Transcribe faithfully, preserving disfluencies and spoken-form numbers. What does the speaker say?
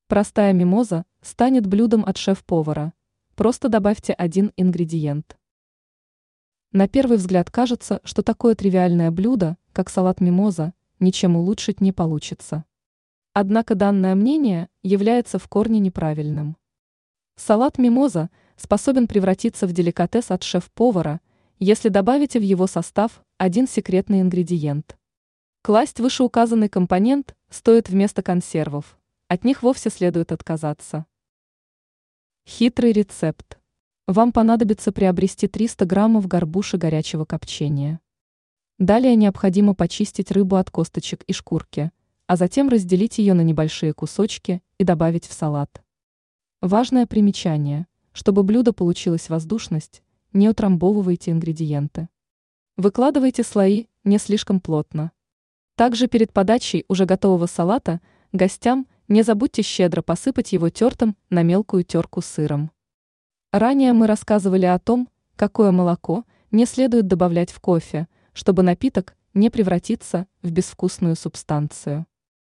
Простая мимоза станет блюдом от шеф-повара. Просто добавьте один ингредиент. На первый взгляд кажется, что такое тривиальное блюдо, как салат мимоза, ничем улучшить не получится. Однако данное мнение является в корне неправильным. Салат мимоза способен превратиться в деликатес от шеф-повара, если добавите в его состав один секретный ингредиент. Класть вышеуказанный компонент стоит вместо консервов. От них вовсе следует отказаться. Хитрый рецепт. Вам понадобится приобрести триста граммов горбуши горячего копчения. Далее необходимо почистить рыбу от косточек и шкурки, а затем разделить ее на небольшие кусочки и добавить в салат. Важное примечание: чтобы блюдо получилась воздушность, не утрамбовывайте ингредиенты. Выкладывайте слои не слишком плотно. Также перед подачей уже готового салата гостям не забудьте щедро посыпать его тертым на мелкую терку сыром. Ранее мы рассказывали о том, какое молоко не следует добавлять в кофе, чтобы напиток не превратиться в безвкусную субстанцию.